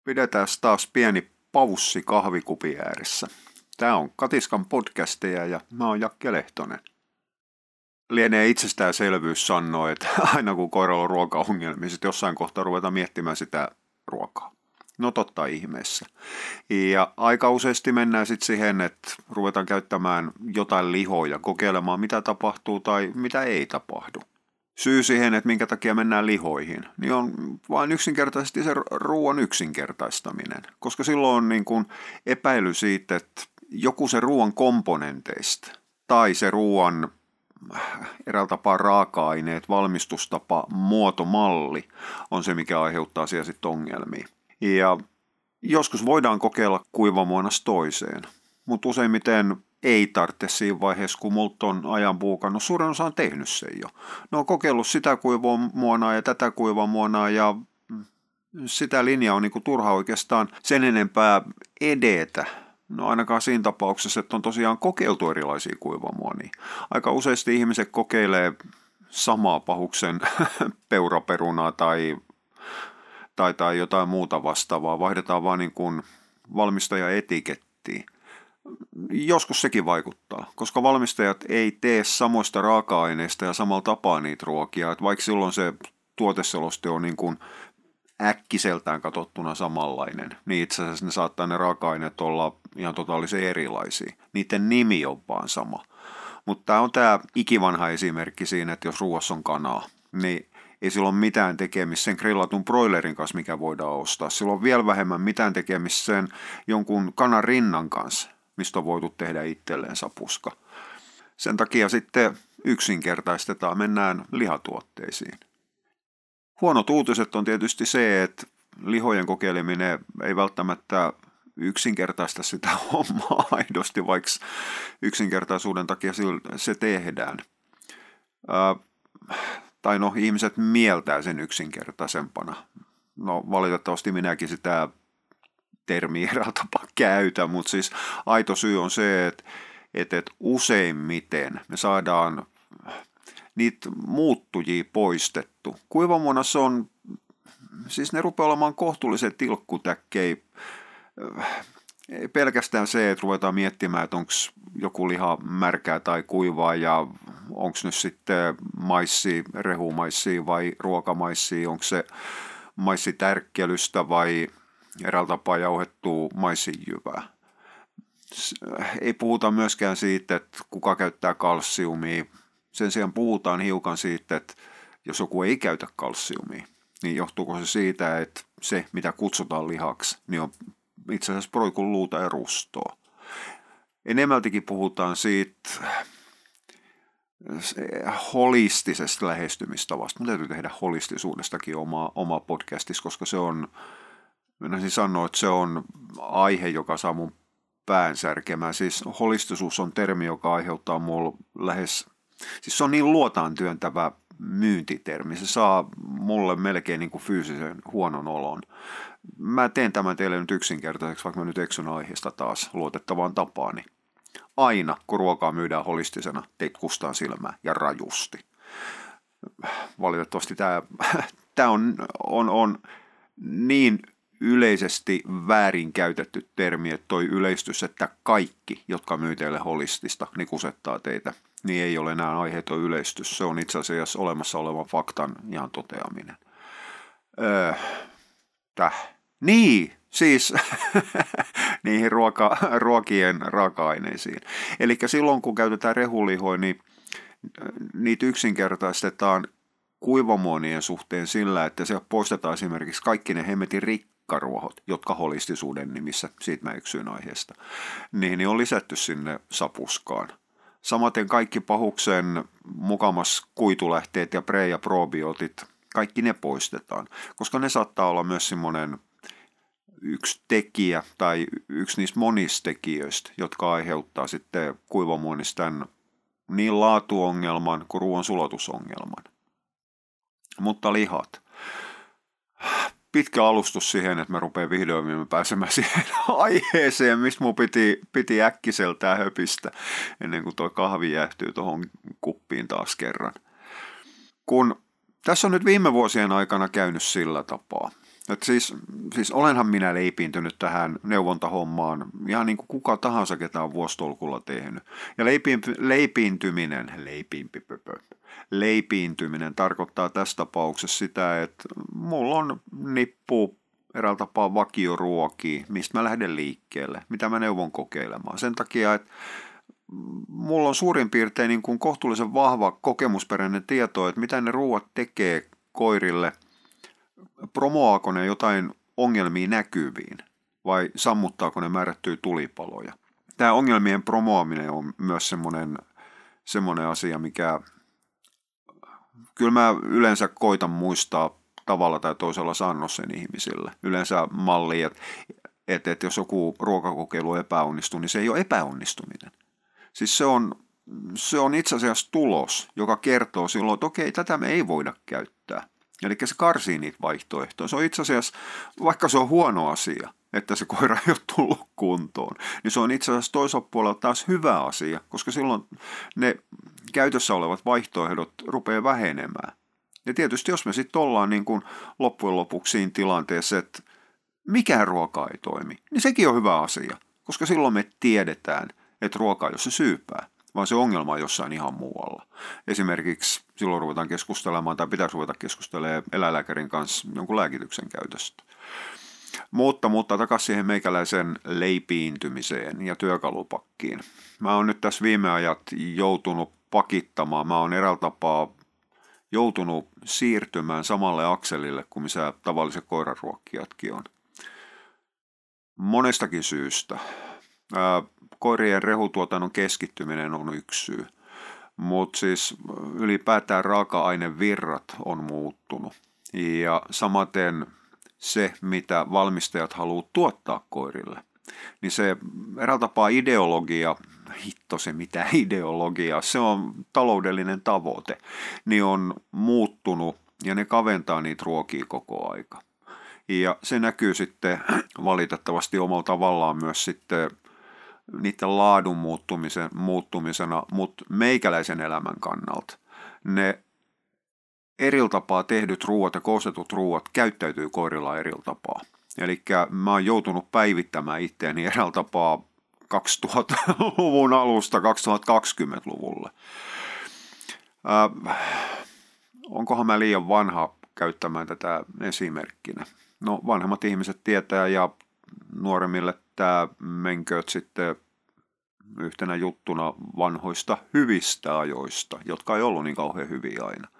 Pidetään taas pieni paussi kahvikupin ääressä. Tämä on Katiskan podcasteja ja mä oon Jakke Lehtonen. Lienee itsestäänselvyys sanoa, että aina kun koiralla on ruokaongelmia, sitten jossain kohtaa ruvetaan miettimään sitä ruokaa. No totta ihmeessä. Ja aika useasti mennään sitten siihen, että ruvetaan käyttämään jotain lihoja, kokeilemaan mitä tapahtuu tai mitä ei tapahdu. Syy siihen, että minkä takia mennään lihoihin, niin on vain yksinkertaisesti se ruoan yksinkertaistaminen. Koska silloin on niin kuin epäily siitä, että joku se ruoan komponenteista tai se ruoan eräällä tapaa raaka-aineet, valmistustapa, muotomalli on se, mikä aiheuttaa siellä sitten ongelmia. Ja joskus voidaan kokeilla kuivamuonasta toiseen, mutta useimmiten ei tarvitse siinä vaiheessa, kun multa on ajan buukannut. Suurin osa on tehnyt sen jo. Ne on kokeillut sitä kuivamuonaa ja tätä kuivamuonaa ja sitä linjaa on niinku turha oikeastaan sen enempää edetä. No ainakaan siinä tapauksessa, että on tosiaan kokeiltu erilaisia kuivamuonia. Aika useasti ihmiset kokeilee samaa pahuksen peuraperunaa tai jotain muuta vastaavaa. Vaihdetaan vaan niin kuin valmistajan etikettiin. Joskus sekin vaikuttaa, koska valmistajat ei tee samoista raaka-aineista ja samalla tapaa niitä ruokia. Että vaikka silloin se tuoteseloste on niin kuin äkkiseltään katsottuna samanlainen, niin itse asiassa ne saattaa ne raaka-aineet olla ihan totaalisen erilaisia. Niiden nimi on vaan sama. Mutta tämä on tämä ikivanha esimerkki siinä, että jos ruoassa on kanaa, niin ei sillä ole mitään tekemistä sen grillatun broilerin kanssa, mikä voidaan ostaa. Sillä on vielä vähemmän mitään tekemistä sen jonkun kanan rinnan kanssa, mistä on voitu tehdä itselleen sapuska. Sen takia sitten yksinkertaistetaan, mennään lihatuotteisiin. Huonot uutiset on tietysti se, että lihojen kokeileminen ei välttämättä yksinkertaista sitä hommaa aidosti, vaikka yksinkertaisuuden takia se tehdään. Tai no, ihmiset mieltää sen yksinkertaisempana. No valitettavasti minäkin sitä termiä eräällä tapaa käytän, mutta siis aito syy on se, että useimmiten me saadaan niitä muuttujia poistettu. Kuivamuonassa on, siis ne rupeaa olemaan kohtuullisen tilkkutäkkejä. Ei pelkästään se, että ruvetaan miettimään, että onko joku liha märkää tai kuivaa ja onko nyt sitten maissi, rehumaissi vai ruokamaissi, onko se maissitärkkelystä vai eräällä tapaa jauhettua maissinjyvää. Ei puhuta myöskään siitä, että kuka käyttää kalsiumia. Sen sijaan puhutaan hiukan siitä, että jos joku ei käytä kalsiumia, niin johtuuko se siitä, että se, mitä kutsutaan lihaksi, niin on itse asiassa proikun luuta ja rustoa. Enemmältikin puhutaan siitä holistisesta lähestymistavasta. Mun täytyy tehdä holistisuudestakin oma podcastissa, koska se on, minä sanoa, että se on aihe, joka saa mun pään särkemään. Siis holistisuus on termi, joka aiheuttaa mulle lähes, siis se on niin luotaan työntävä myyntitermi. Se saa mulle melkein niin kuin fyysisen huonon olon. Mä teen tämän teille nyt yksinkertaiseksi, vaikka mä nyt eksyn aiheesta taas luotettavaan tapaani. Aina, kun ruokaa myydään holistisena, teit kustaan silmää ja rajusti. Valitettavasti tämä on niin yleisesti väärin käytetty termi, että toi yleistys, että kaikki, jotka myy teille holistista, niin kusettaa teitä, niin ei ole enää aiheeton yleistys. Se on itse asiassa olemassa olevan faktan ihan toteaminen. Niin, siis niihin ruokien raaka-aineisiin. Eli silloin, kun käytetään rehulihoja, niin niitä yksinkertaistetaan kuivamuonien suhteen sillä, että se poistetaan esimerkiksi kaikki ne hemmetin rikkaruohot, jotka holistisuuden nimissä, siitä mä eksyin aiheesta, niin on lisätty sinne sapuskaan. Samaten kaikki pahuksen mukamas kuitulähteet ja pre- ja probiotit, kaikki ne poistetaan, koska ne saattaa olla myös semmoinen yksi tekijä tai yksi niistä monista tekijöistä, jotka aiheuttaa sitten kuivamuonista tämän niin laatuongelman kuin ruoan sulatusongelman. Mutta lihat. Pitkä alustus siihen, että mä rupean vihdoin pääsemään siihen aiheeseen, mistä mun piti äkkiseltään höpistä ennen kuin toi kahvi jäähtyy tuohon kuppiin taas kerran. Kun tässä on nyt viime vuosien aikana käynyt sillä tapaa, Et siis olenhan minä leipiintynyt tähän neuvontahommaan ihan niin kuin kuka tahansa, ketä on vuositolkulla tehnyt. Ja leipiintyminen tarkoittaa tässä tapauksessa sitä, että mulla on nippu eräällä tapaa vakioruokia, mistä mä lähden liikkeelle, mitä mä neuvon kokeilemaan. Sen takia, että mulla on suurin piirtein niin kuin kohtuullisen vahva kokemusperäinen tieto, että mitä ne ruuat tekee koirille. Promoaako ne jotain ongelmia näkyviin vai sammuttaako ne määrättyjä tulipaloja? Tämä ongelmien promoaminen on myös semmoinen asia, mikä kyllä mä yleensä koitan muistaa tavalla tai toisella sanoa sen ihmisille. Yleensä malli, että jos joku ruokakokeilu epäonnistuu, niin se ei ole epäonnistuminen. Siis se on itse asiassa tulos, joka kertoo silloin, että okei, tätä me ei voida käyttää. Eli se karsii niitä vaihtoehtoja. Se on itse asiassa, vaikka se on huono asia, että se koira ei ole tullut kuntoon, niin se on itse asiassa toisaalta puolella taas hyvä asia, koska silloin ne käytössä olevat vaihtoehdot rupeaa vähenemään. Ja tietysti jos me sitten ollaan niin kuin loppujen lopuksi siinä tilanteessa, että mikään ruoka ei toimi, niin sekin on hyvä asia, koska silloin me tiedetään, että ruoka ei ole se syypää, vaan se ongelma on jossain ihan muualla. Esimerkiksi silloin ruvetaan keskustelemaan tai pitäisi ruveta keskustelemaan eläinlääkärin kanssa jonkun lääkityksen käytöstä. Mutta takaisin siihen meikäläisen leipiintymiseen ja työkalupakkiin. Mä oon nyt tässä viime ajat joutunut pakittamaan. Mä oon eräällä tapaa joutunut siirtymään samalle akselille kuin missä tavalliset koiranruokkijatkin on. Monestakin syystä. Koirien rehutuotannon keskittyminen on yksi syy, mutta siis ylipäätään raaka-ainevirrat on muuttunut ja samaten se, mitä valmistajat haluaa tuottaa koirille, niin se eräällä tapaa ideologia, se mitä ideologia, se on taloudellinen tavoite, niin on muuttunut ja ne kaventaa niitä ruokia koko aika. Ja se näkyy sitten valitettavasti omalla tavallaan myös sitten niiden laadun muuttumisena, mutta meikäläisen elämän kannalta ne erillä tapaa tehdyt ruuat ja koostetut ruuat käyttäytyy koirilla erillä tapaa. Eli mä oon joutunut päivittämään itseäni eräällä tapaa 2000-luvun alusta 2020-luvulle. Onkohan mä liian vanha käyttämään tätä esimerkkinä? No vanhemmat ihmiset tietää ja nuoremmille tämä menkööt sitten yhtenä juttuna vanhoista hyvistä ajoista, jotka ei ollut niin kauhean hyviä aina.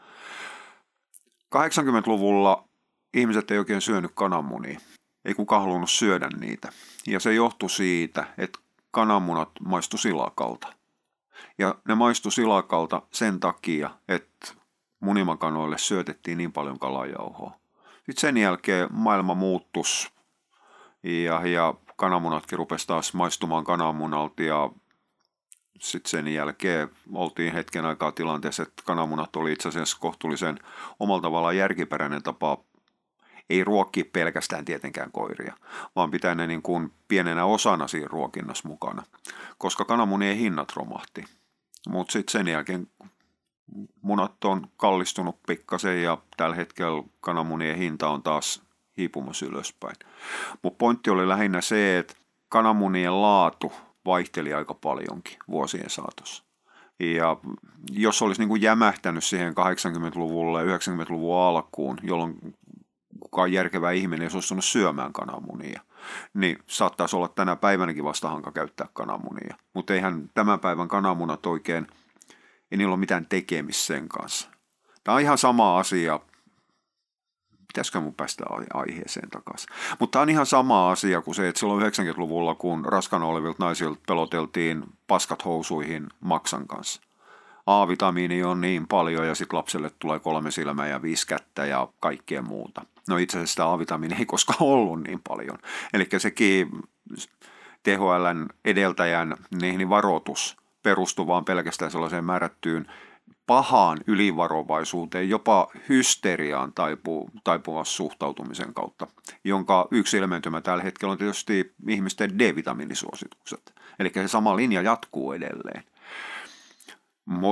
80-luvulla ihmiset ei oikein syönyt kananmunia. Ei kukaan halunnut syödä niitä. Ja se johtui siitä, että kananmunat maistu silakalta. Ja ne maistu silakalta sen takia, että munimakanoille syötettiin niin paljon kalajauhoa. Sitten sen jälkeen maailma muuttus ja kananmunatkin rupesi taas maistumaan kananmunalta ja sitten sen jälkeen oltiin hetken aikaa tilanteessa, että kananmunat oli itse asiassa kohtuullisen omalla tavallaan järkiperäinen tapa, ei ruokkia pelkästään tietenkään koiria, vaan pitää ne niin kuin pienenä osana siinä ruokinnassa mukana, koska kananmunien hinnat romahti. Mutta sitten sen jälkeen munat on kallistunut pikkasen ja tällä hetkellä kananmunien hinta on taas hiipumassa ylöspäin. Mutta pointti oli lähinnä se, että kananmunien laatu vaihteli aika paljonkin vuosien saatossa. Ja jos olisi niin kuin jämähtänyt siihen 80-luvulle ja 90-luvun alkuun, jolloin kukaan järkevä ihminen ei suostunut syömään kananmunia, niin saattaisi olla tänä päivänäkin vastahanka käyttää kananmunia. Mutta eihän tämän päivän kananmunat oikein, ei niillä ole mitään tekemistä sen kanssa. Tämä on ihan sama asia. Pitäisikö mun päästä aiheeseen takaisin? Mutta tämä on ihan sama asia kuin se, että silloin 90-luvulla, kun raskaana olevilta naisilta peloteltiin paskat housuihin maksan kanssa. A-vitamiini on niin paljon ja sitten lapselle tulee 3 silmää ja 5 kättä ja kaikkea muuta. No itse asiassa sitä A-vitamiini ei koskaan ollut niin paljon. Eli sekin THL:n edeltäjän niin varoitus perustuu vaan pelkästään sellaiseen määrättyyn pahaan ylivarovaisuuteen, jopa hysteriaan taipuvassa suhtautumisen kautta, jonka yksi ilmentymä tällä hetkellä on tietysti ihmisten D-vitamiinisuositukset. Eli se sama linja jatkuu edelleen. Mutta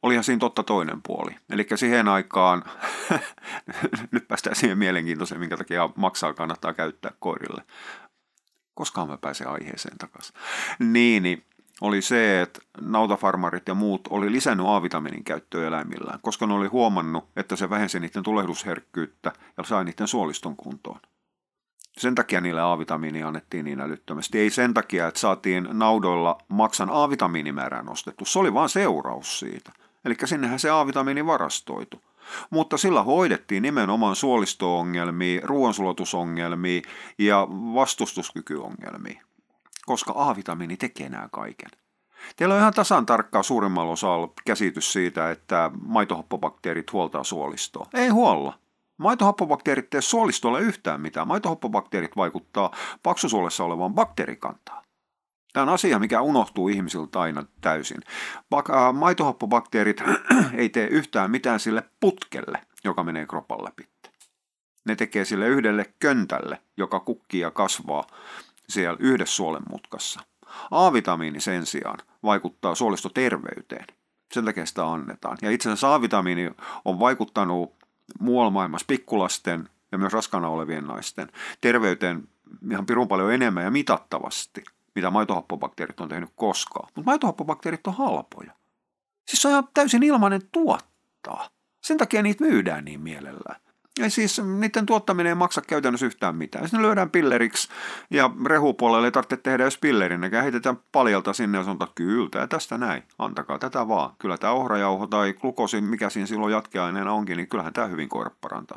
olihan siinä totta toinen puoli. Eli siihen aikaan, nyt päästään siihen mielenkiintoiseen, minkä takia maksaa kannattaa käyttää koirille. Koskaan mä pääsen aiheeseen takaisin. Niin oli se, että nautafarmarit ja muut oli lisännyt A-vitamiinin käyttöä eläimillään, koska ne oli huomannut, että se vähensi niiden tulehdusherkkyyttä ja sai niiden suoliston kuntoon. Sen takia niille A-vitamiinia annettiin niin älyttömästi. Ei sen takia, että saatiin naudoilla maksan A-vitamiinimäärää nostettu. Se oli vain seuraus siitä. Eli sinnehän se A-vitamiini varastoitu. Mutta sillä hoidettiin nimenomaan suolisto-ongelmia, ruoansulatusongelmia ja vastustuskykyongelmia. Koska A-vitamiini tekee nämä kaiken. Teillä on ihan tasan tarkkaan suurimmalla osalla käsitys siitä, että maitohappobakteerit huoltaa suolistoa. Ei huolla. Maitohappobakteerit tee suolistolle yhtään mitään. Maitohappobakteerit vaikuttaa paksusuolessa olevaan bakteerikantaan. Tämä on asia, mikä unohtuu ihmisiltä aina täysin. Maitohappobakteerit ei tee yhtään mitään sille putkelle, joka menee kropan läpi. Ne tekee sille yhdelle köntälle, joka kukkii ja kasvaa siellä yhdessä suolen mutkassa. A-vitamiini sen sijaan vaikuttaa suolistoterveyteen. Sen takia sitä annetaan. Ja itse asiassa A-vitamiini on vaikuttanut muualla maailmassa pikkulasten ja myös raskaana olevien naisten terveyteen ihan pirun paljon enemmän ja mitattavasti, mitä maitohappobakteerit on tehnyt koskaan. Mutta maitohappobakteerit on halpoja. Siis se on ihan täysin ilmainen tuottaa. Sen takia niitä myydään niin mielellään. Ja siis niiden tuottaminen ei maksa käytännössä yhtään mitään. Sitten ne lyödään pilleriksi ja rehupuolelle ei tarvitse tehdä edes pillerin. Ne heitetään paljalta sinne ja sanotaan, että kyllä, ja tästä näin, antakaa tätä vaan. Kyllä tämä ohrajauho tai glukoosi, mikä siinä silloin jatkeaineena onkin, niin kyllähän tämä hyvin koira parantaa.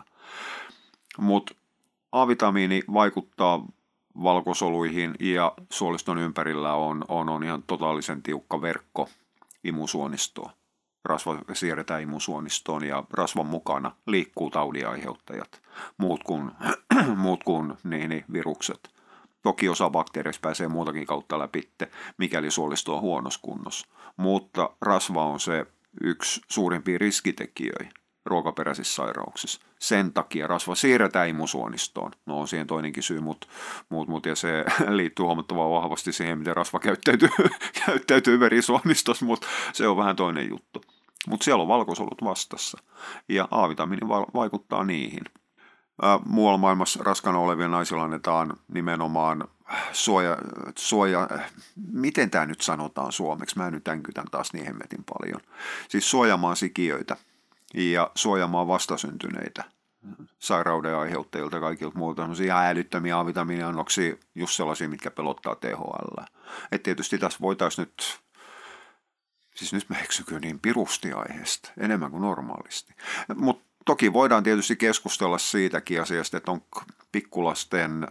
Mutta A-vitamiini vaikuttaa valkosoluihin ja suoliston ympärillä on ihan totaalisen tiukka verkko imusuonistoa. Rasva siirretään imusuonistoon ja rasvan mukana liikkuu taudinaiheuttajat, muut kuin virukset. Toki osa bakteereista pääsee muutakin kautta läpi, mikäli suolisto on huonossa kunnossa. Mutta rasva on se yksi suurimpia riskitekijöitä ruokaperäisissä sairauksissa. Sen takia rasva siirretään imusuonistoon. No on siihen toinenkin syy, mutta ja se liittyy huomattavan vahvasti siihen, miten rasva käyttäytyy verisuonistossa, mutta se on vähän toinen juttu. Mutta siellä on valkosolut vastassa ja A-vitamiini vaikuttaa niihin. Muualla maailmassa raskaana olevien naisilla annetaan nimenomaan miten tämä nyt sanotaan suomeksi, mä nyt änkytän taas niin hemmetin paljon. Siis suojaamaan sikiöitä ja suojaamaan vastasyntyneitä sairauden aiheuttajilta ja kaikilta muilta ihan älyttömiä A-vitamiiniannoksia, just sellaisia, mitkä pelottaa THL. Et tietysti tässä voitaisiin nyt mä eksykö niin pirusti aiheesta, enemmän kuin normaalisti. Mutta toki voidaan tietysti keskustella siitäkin asiasta, että on pikkulasten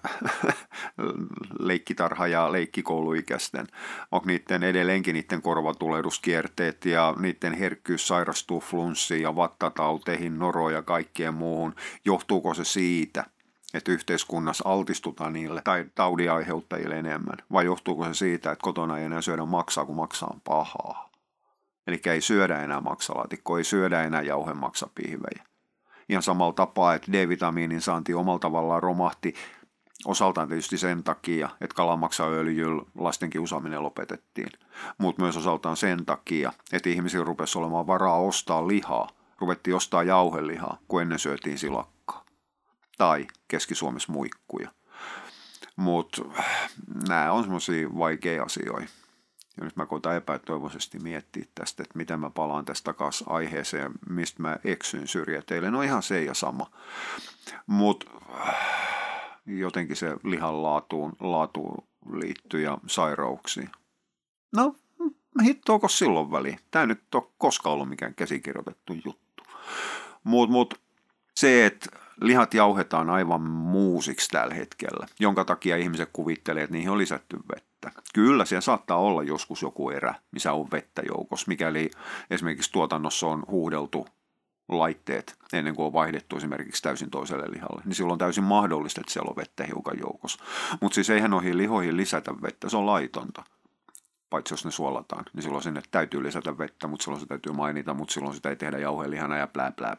leikkitarha- ja leikkikouluikäisten, onko niiden korvatulehduskierteet ja niiden herkkyys sairastuu flunssiin ja vattatauteihin, noroon ja kaikkeen muuhun. Johtuuko se siitä, että yhteiskunnassa altistutaan niille tai taudinaiheuttajille enemmän, vai johtuuko se siitä, että kotona ei enää syödä maksaa, kun maksaa on pahaa? Eli ei syödä enää maksalaatikkoa, ei syödä enää jauhemaksapihvejä. Ihan samalla tapaa, että D-vitamiinin saanti omalla tavallaan romahti osaltaan tietysti sen takia, että kalamaksaöljyllä lasten kiusaaminen lopetettiin. Mutta myös osaltaan sen takia, että ihmisillä rupesi olemaan varaa ostaa lihaa. Ruvettiin ostaa jauhelihaa, kun ennen syötiin silakkaa. Tai Keski-Suomessa muikkuja. Mutta nämä on semmoisia vaikeita asioita. Ja nyt mä koitan epätoivoisesti miettiä tästä, että miten mä palaan tästä takaisin aiheeseen, mistä mä eksyin syrjäteille. No ihan se ja sama. Mutta jotenkin se lihan laatuun liittyy ja sairauksiin. No, hittoako silloin väliin? Tämä nyt ole koskaan ollut mikään käsikirjoitettu juttu. Mutta se, että lihat jauhetaan aivan muusiksi tällä hetkellä, jonka takia ihmiset kuvittelee, että niihin on lisätty vettä. Kyllä, siellä saattaa olla joskus joku erä, missä on vettä joukossa, mikäli esimerkiksi tuotannossa on huuhdeltu laitteet ennen kuin on vaihdettu esimerkiksi täysin toiselle lihalle, niin silloin on täysin mahdollista, että siellä on vettä hiukan joukossa. Mutta siis eihän noihin lihoihin lisätä vettä, se on laitonta. Paitsi jos ne suolataan, niin silloin sinne täytyy lisätä vettä, mutta silloin se täytyy mainita, mutta silloin sitä ei tehdä jauhelihana ja plää plää plää.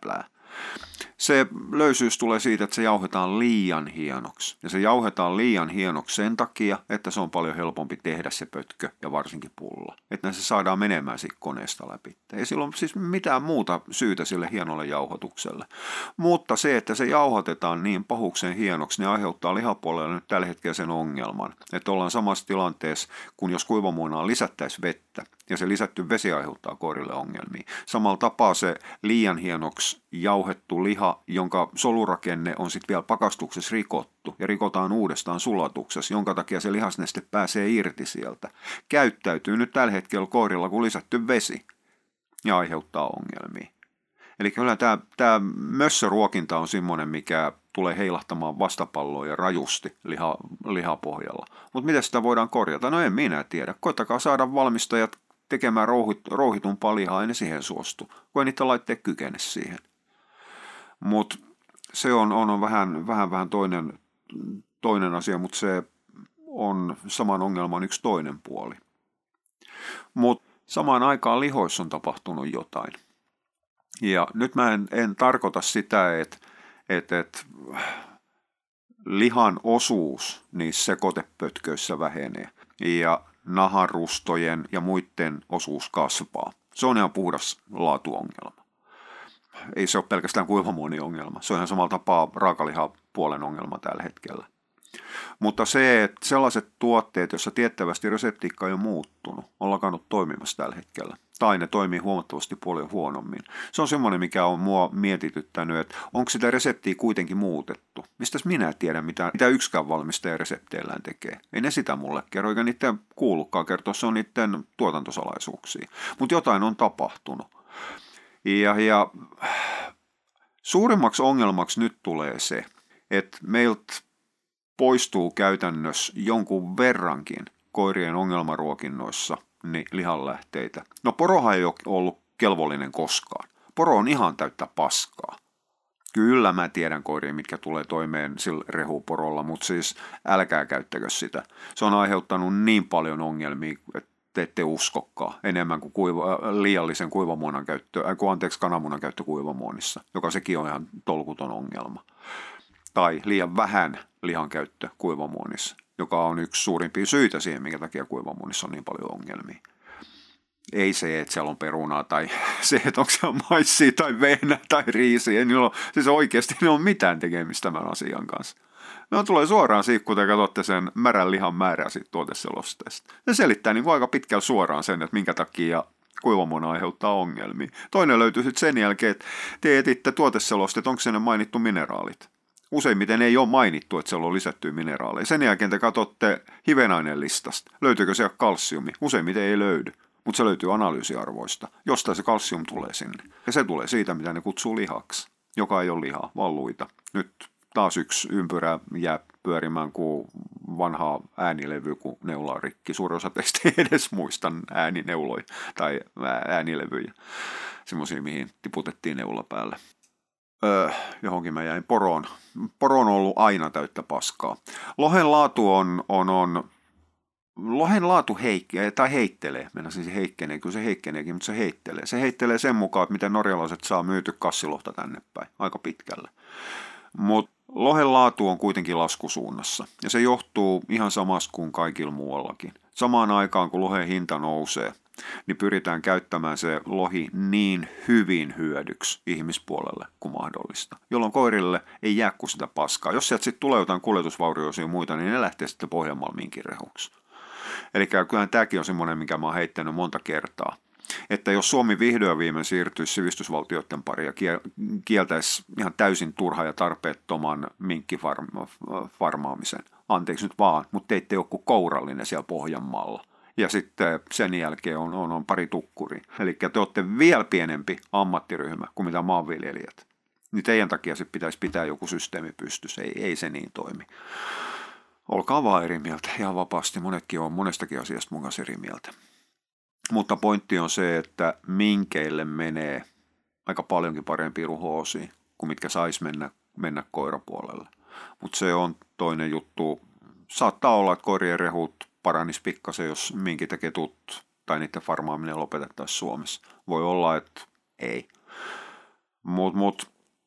Se löysyys tulee siitä, että se jauhetaan liian hienoksi. Ja se jauhetaan liian hienoksi sen takia, että se on paljon helpompi tehdä se pötkö ja varsinkin pulla. Että se saadaan menemään siitä koneesta läpi. Ei sillä ole siis mitään muuta syytä sille hienolle jauhotukselle. Mutta se, että se jauhotetaan niin pahukseen hienoksi, niin aiheuttaa lihapuolelle nyt tällä hetkellä sen ongelman. Että ollaan samassa tilanteessa, kun jos kuivamuonaan lisättäisiin vettä. Ja se lisätty vesi aiheuttaa koirille ongelmia. Samalla tapaa se liian hienoksi jauhettu liha, jonka solurakenne on sitten vielä pakastuksessa rikottu ja rikotaan uudestaan sulatuksessa, jonka takia se lihasneste pääsee irti sieltä. Käyttäytyy nyt tällä hetkellä koirilla kuin lisätty vesi ja aiheuttaa ongelmia. Eli kyllä tämä mössöruokinta on semmoinen, mikä tulee heilahtamaan vastapalloa ja rajusti lihapohjalla. Mutta miten sitä voidaan korjata? No en minä tiedä. Koittakaa saada valmistajat tekemään rouhitumpaa lihaa, ei ne siihen suostu, kun ei niitä laitteet kykene siihen. Mutta se on vähän toinen asia, mutta se on saman ongelman yksi toinen puoli. Mutta samaan aikaan lihoissa on tapahtunut jotain. Ja nyt mä en tarkoita sitä, että lihan osuus niissä sekoitepötköissä vähenee ja naharustojen ja muiden osuus kasvaa. Se on ihan puhdas laatuongelma. Ei se ole pelkästään kuivamuoniongelma. Se on ihan samalla tapaa raakalihapuolen ongelma tällä hetkellä. Mutta se, että sellaiset tuotteet, joissa tiettävästi reseptiikka ei ole muuttunut, on lakannut toimimassa tällä hetkellä. Tai ne toimii huomattavasti paljon huonommin. Se on semmoinen, mikä on mua mietityttänyt, että onko sitä reseptiä kuitenkin muutettu. Mistäs minä tiedän, mitä yksikään valmistaja resepteillään tekee. Ei ne sitä mulle kerro, eikä niiden kuulukaan kertoa, se on niiden tuotantosalaisuuksia. Mutta jotain on tapahtunut. Ja suurimmaksi ongelmaksi nyt tulee se, että meiltä poistuu käytännössä jonkun verrankin koirien ongelmaruokinnoissa niin lihanlähteitä. No porohan ei ole ollut kelvollinen koskaan. Poro on ihan täyttä paskaa. Kyllä mä tiedän koiria, mitkä tulee toimeen sillä rehuporolla, mutta siis älkää käyttäkö sitä. Se on aiheuttanut niin paljon ongelmia, että te ette uskokaan enemmän kuin liiallisen kananmunan käyttö kuivamuonissa, joka sekin on ihan tolkuton ongelma. Tai liian vähän lihan käyttö kuivamuonissa, joka on yksi suurimpia syitä siihen, minkä takia kuivamuonissa on niin paljon ongelmia. Ei se, että siellä on perunaa tai se, että onko siellä maissia tai vehnää tai riisiä. Siis oikeasti ei ole mitään tekemistä tämän asian kanssa. No tulee suoraan siitä, kun te katsotte sen märän lihan määrää siitä tuoteselosteesta. Se selittää niin aika pitkällä suoraan sen, että minkä takia kuivamuona aiheuttaa ongelmia. Toinen löytyy sitten sen jälkeen, että te etitte tuoteselosteet, onko sinne mainittu mineraalit. Useimmiten ei ole mainittu, että siellä on lisättyä mineraaleja. Sen jälkeen te katsotte hivenaineen listasta. Löytyykö siellä kalsiumi? Useimmiten ei löydy, mutta se löytyy analyysiarvoista, jostain se kalsium tulee sinne. Ja se tulee siitä, mitä ne kutsuu lihaksi, joka ei ole lihaa, vaan luita. Nyt taas yksi ympyrä jää pyörimään kuin vanhaa äänilevy, kun neula on rikki. Suurin osa teistä ei edes muista äänineuloja tai äänilevyjä, semmoisia, mihin tiputettiin neula päälle. Johonkin mä jäin poroon. Poro on ollut aina täyttä paskaa. Lohen laatu lohen laatu heittelee. Mennään siis heikkenee, kyllä se heikkeneekin, mutta se heittelee. Se heittelee sen mukaan, että miten norjalaiset saa myyty kassilohta tänne päin, aika pitkälle. Mutta lohen laatu on kuitenkin laskusuunnassa, ja se johtuu ihan samasta kuin kaikilla muuallakin. Samaan aikaan, kun lohen hinta nousee, niin pyritään käyttämään se lohi niin hyvin hyödyksi ihmispuolelle kuin mahdollista, jolloin koirille ei jää kuin sitä paskaa. Jos sieltä sitten tulee jotain kuljetusvaurioisia ja muita, niin ne lähtee sitten Pohjanmaalla minkirehuksi. Eli kyllähän tämäkin on semmoinen, mikä mä oon heittänyt monta kertaa. Että jos Suomi vihdoin viimein siirtyisi sivistysvaltioiden pariin ja kieltäisi ihan täysin turha ja tarpeettoman minkkifarmaamisen, anteeksi nyt vaan, mutta teitte joku kourallinen siellä Pohjanmaalla. Ja sitten sen jälkeen on pari tukkuri. Eli te olette vielä pienempi ammattiryhmä kuin mitä maanviljelijät. Niin teidän takia se pitäisi pitää joku systeemi pystyssä. Ei se niin toimi. Olkaa vaan eri mieltä ihan vapaasti. Monetkin on monestakin asiasta mun kanssa eri mieltä. Mutta pointti on se, että minkeille menee aika paljonkin parempia ruhoosia kuin mitkä sais mennä koirapuolelle. Mutta se on toinen juttu. Saattaa olla, että koirien rehut paranisi pikkasen, jos minkit ja ketut tai niiden farmaaminen lopetettaisiin Suomessa. Voi olla, että ei. Mut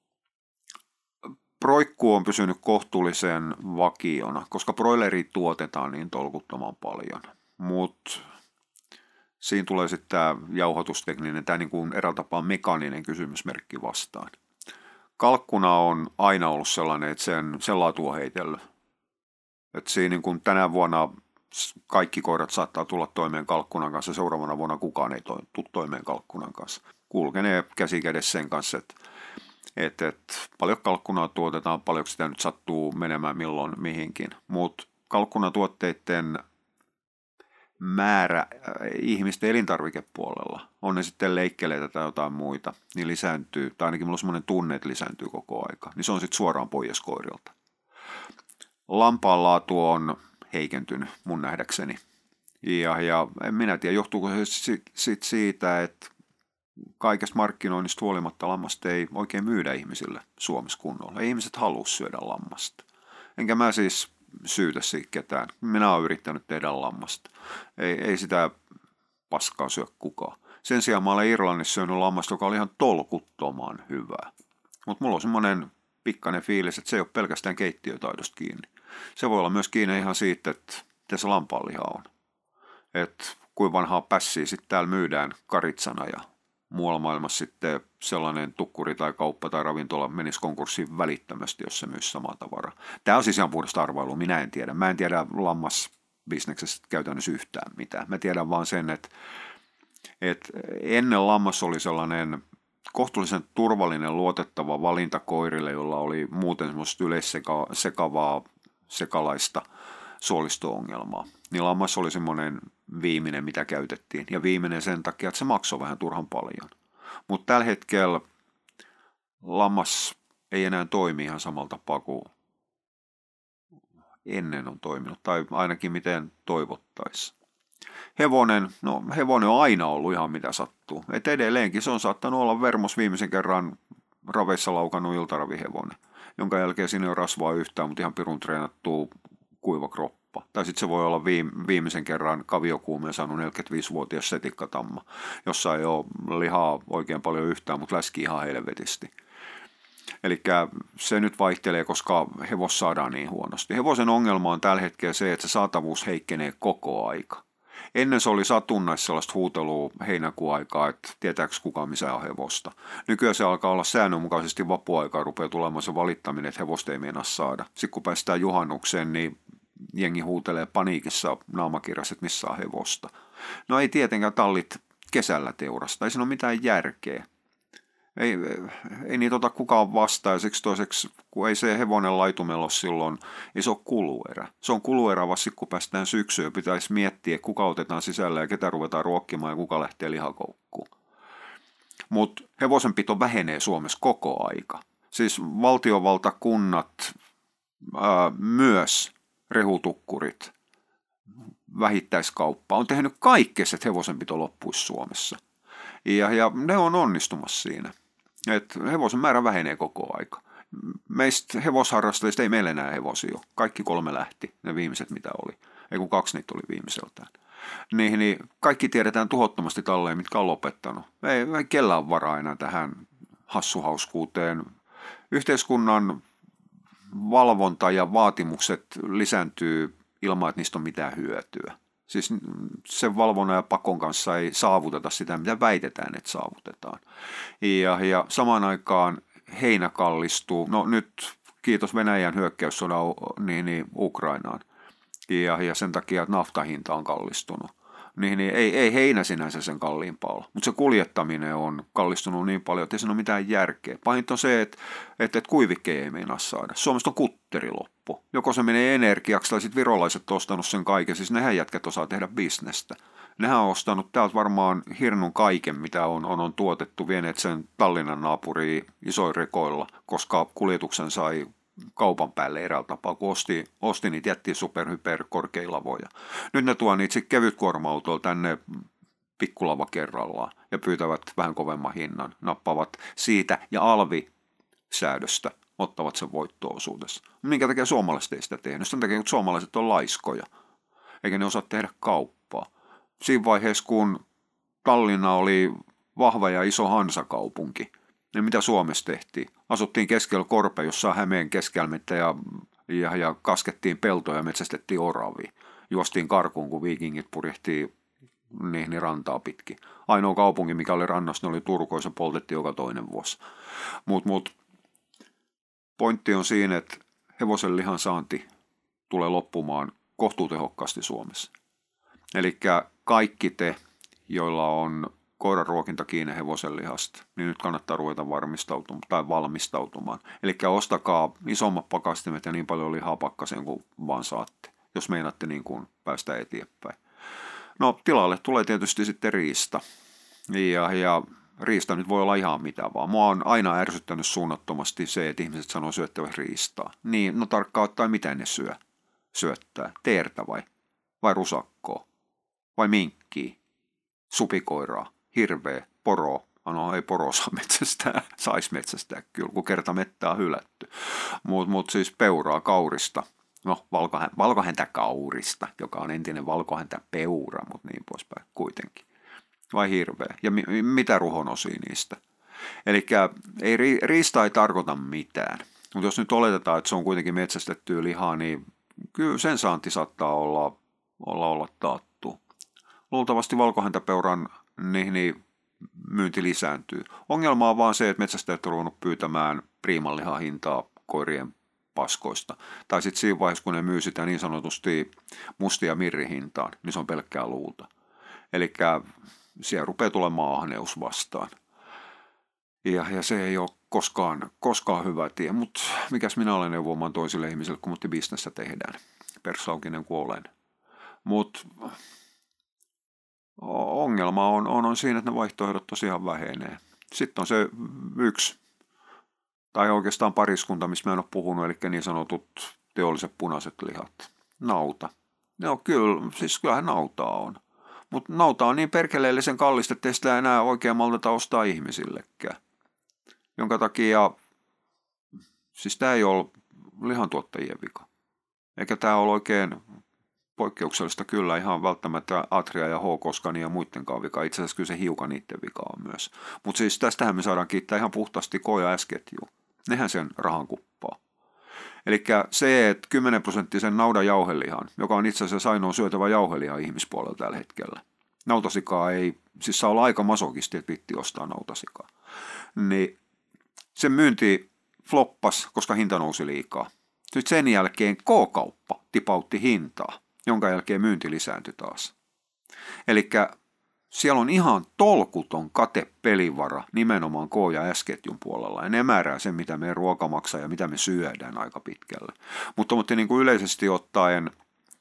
Proikku on pysynyt kohtuullisen vakiona, koska broileria tuotetaan niin tolkuttoman paljon. Mutta siinä tulee sitten tämä jauhotustekninen, tämä niin kuin eräällä tapaa mekaaninen kysymysmerkki vastaan. Kalkkuna on aina ollut sellainen, että sen laatu on heitellyt. Että siinä niin kuin tänä vuonna kaikki koirat saattaa tulla toimeen kalkkunan kanssa, seuraavana vuonna kukaan ei tule toimeen kalkkunan kanssa. Kulkenee käsi kädessä sen kanssa, että paljon kalkkunaa tuotetaan, paljon sitä nyt sattuu menemään milloin mihinkin. Mutta kalkkunatuotteiden määrä ihmisten elintarvikepuolella, on ne sitten leikkeleitä tai jotain muita, niin lisääntyy, tai ainakin mulla on semmoinen tunne, että lisääntyy koko aika, niin se on sitten suoraan pois koirilta. Lampaan laatu on heikentynyt mun nähdäkseni. Ja en minä tiedä, johtuuko se siitä, että kaikesta markkinoinnista huolimatta lammasta ei oikein myydä ihmisille Suomessa kunnolla. Ei ihmiset halua syödä lammasta. Enkä mä siis syytä siitä ketään. Minä olen yrittänyt tehdä lammasta. Ei sitä paskaa syö kukaan. Sen sijaan mä olen Irlannissa syönyt lammasta, joka oli ihan tolkuttoman hyvää. Mutta mulla on semmoinen pikkainen fiilis, että se ei ole pelkästään keittiötaidosta kiinni. Se voi olla myös kiinni ihan siitä, että mitä se lampaanliha on. Että kuinka vanhaa pässiä sitten täällä myydään karitsana ja muualla maailmassa sitten sellainen tukkuri tai kauppa tai ravintola menisi konkurssiin välittömästi, jos se myisi samaa tavaraa. Tämä on siis ihan puhdasta arvailua, minä en tiedä. Mä en tiedä lammasbisneksestä käytännössä yhtään mitään. Mä tiedän vaan sen, että ennen lammas oli sellainen kohtuullisen turvallinen, luotettava valinta koirille, jolla oli muuten semmoista yleissekavaa, sekalaista suolisto-ongelmaa. Niin lammas oli semmoinen viimeinen, mitä käytettiin. Ja viimeinen sen takia, että se maksoi vähän turhan paljon. Mutta tällä hetkellä lammas ei enää toimi ihan samalla tapaa kuin ennen on toiminut. Tai ainakin miten toivottaisiin. Hevonen on aina ollut ihan mitä sattuu. Et edelleenkin se on saattanut olla Vermos viimeisen kerran raveissa laukannut iltaravihevonen, jonka jälkeen siinä ei ole rasvaa yhtään, mutta ihan pirun treenattu kuiva kroppa. Tai sitten se voi olla viimeisen kerran kaviokuumeen saanut 45-vuotias setikkatamma, jossa ei ole lihaa oikein paljon yhtään, mutta läski ihan helvetisti. Eli se nyt vaihtelee, koska hevos saadaan niin huonosti. Hevosen ongelma on tällä hetkellä se, että se saatavuus heikkenee koko aika. Ennen se oli satunnaista sellaista huutelua heinäkuun aikaa, että tietääkö kukaan missä on hevosta. Nykyään se alkaa olla säännönmukaisesti vapuaikaa, rupeaa tulemaan se valittaminen, että hevosta ei meinaa saada. Sitten kun päästään juhannukseen, niin jengi huutelee paniikissa naamakirjassa, että missä on hevosta. No ei tietenkään tallit kesällä teurasta, ei siinä ole mitään järkeä. Ei niitä ota kukaan vastaan, ja siksi toiseksi, kun ei se hevonen laitumelo silloin, ei se ole kuluerä. Se on kuluerä vasta kun päästään syksyyn, ja pitäisi miettiä, kuka otetaan sisälle ja ketä ruvetaan ruokkimaan ja kuka lähtee lihakoukkuun. Mutta hevosenpito vähenee Suomessa koko aika. Siis valtiovalta, kunnat, myös rehutukkurit, vähittäiskauppa on tehnyt kaikkea, että hevosenpito loppuisi Suomessa. Ja ne on onnistumassa siinä. Et hevosen määrä vähenee koko aika. Meistä hevosharrastajista ei meillä enää hevosia. Kaikki 3 lähti, ne viimeiset mitä oli. Ei kun 2 niitä oli viimeiseltään. Niin kaikki tiedetään tuhottomasti talleen, mitkä on lopettanut. Ei kellään ole varaa enää tähän hassuhauskuuteen. Yhteiskunnan valvonta ja vaatimukset lisääntyy ilman, että niistä on mitään hyötyä. Siis sen valvonnan ja pakon kanssa ei saavuteta sitä, mitä väitetään, että saavutetaan. Ja samaan aikaan heinä kallistuu. No nyt kiitos Venäjän hyökkäyssodan niin Ukrainaan. Ja sen takia, että naftahinta on kallistunut. Niin ei heinä sinänsä sen kalliimpaa ole. Mutta se kuljettaminen on kallistunut niin paljon, että ei siinä ole mitään järkeä. Pahinta on se, että kuivikkeja ei meinaa saada. Suomesta on kutteri loppu. Joko se menee energiaksi tai sitten virolaiset on ostanut sen kaiken. Siis nehän jätkät osaa tehdä bisnestä. Nehän on ostanut täältä varmaan hirnun kaiken, mitä on tuotettu, vieneet sen Tallinnan naapuriin isoin rekoilla, koska kuljetuksen sai kaupan päälle eräällä tapaa, kun osti niitä jättiin superhyper korkeilavoja. Nyt ne tuo niitä sitten kevytkuorma-autoilla tänne pikkulava kerrallaan ja pyytävät vähän kovemman hinnan, nappavat siitä ja alvisäädöstä ottavat sen voitto-osuudessa. Minkä takia suomalaiset ei sitä tehnyt? Sen takia, että suomalaiset on laiskoja, eikä ne osaa tehdä kauppaa. Siinä vaiheessa, kun Tallinna oli vahva ja iso hansakaupunki, niin mitä Suomessa tehtiin? Asuttiin keskellä korpea, jossa Hämeen keskelmettä ja kaskettiin peltoja ja metsästettiin oravia. Juostiin karkuun, kun viikingit purjehtii niin rantaa pitkin. Ainoa kaupunki, mikä oli rannassa, oli Turku, ja se poltettiin joka toinen vuosi. Mut pointti on siinä, että hevosen lihan saanti tulee loppumaan kohtuutehokkaasti Suomessa. Eli kaikki te, joilla on koiran ruokinta kiinni hevosen lihasta, niin nyt kannattaa ruveta valmistautumaan. Eli ostakaa isommat pakastimet ja niin paljon lihaa pakkaseen kuin vaan saatte, jos meinaatte niin kuin päästä eteenpäin. No tilalle tulee tietysti sitten riista. Ja riista nyt voi olla ihan mitä vaan. Mua on aina ärsyttänyt suunnattomasti se, että ihmiset sanoo syöttävät riistaa. Niin, no tarkkaan ottaen miten ne syöttää. Teertä vai rusakkoa? Vai minkkiä? Supikoiraa? Hirveä? Poroa? No ei poro saa metsästää, saisi metsästää kyllä, kun kerta mettää hylätty. Mut siis peuraa, kaurista. No, valkohäntäkaurista, joka on entinen valkohäntäpeura, mutta niin poispäin kuitenkin. Vai hirveä? Ja mitä ruhonosia niistä? Eli riista ei tarkoita mitään. Mutta jos nyt oletetaan, että se on kuitenkin metsästettyä lihaa, niin kyllä sen saanti saattaa olla taattu. Luultavasti valkohäntäpeuran niin myynti lisääntyy. Ongelma on vaan se, että metsästäjät on ruvennut pyytämään priimanlihan hintaa koirien paskoista. Tai sitten siinä vaiheessa, kun ne myy sitä niin sanotusti mustia mirrihintaan, niin se on pelkkää luuta. Eli siellä rupeaa tulemaan ahneus vastaan. Ja se ei ole koskaan hyvä tie, mutta mikäs minä olen neuvomaan toisille ihmisille, kun bisnestä tehdään. Perslaukinen kuin olen. Mutta ongelma on siinä, että ne vaihtoehdot tosiaan vähenee. Sitten on se yksi, tai oikeastaan pariskunta, mistä mä en ole puhunut, eli niin sanotut teolliset punaiset lihat. Nauta. No kyllähän nautaa on. Mutta nauta on niin perkeleellisen kallista, että ei sitä enää oikein malteta ostaa ihmisillekään. Jonka takia, siis tämä ei ole lihantuottajien vika. Eikä tämä ole oikein poikkeuksellista kyllä ihan välttämättä Atria ja H-Koskani ja muidenkaan vika. Itse asiassa kyllä se hiukan niiden vika on myös. Mutta siis tästähän me saadaan kiittää ihan puhtaasti K- ja S-ketjua. Nehän sen rahan kuppaa. Eli se, että 10% naudan jauhelihan, joka on itse asiassa ainoa syötävä jauheliha ihmispuolella tällä hetkellä. Nautasikaa ei, siis saa olla aika masokisti, että vitti ostaa nautasikaa. Niin sen myynti floppas, koska hinta nousi liikaa. Sitten sen jälkeen K-kauppa tipautti hintaa, jonka jälkeen myynti lisääntyi taas. Eli siellä on ihan tolkuton katepelivara nimenomaan K- ja S-ketjun puolella. Ja ne määrää sen, mitä meidän ruoka maksaa ja mitä me syödään aika pitkälle. Mutta niin kuin yleisesti ottaen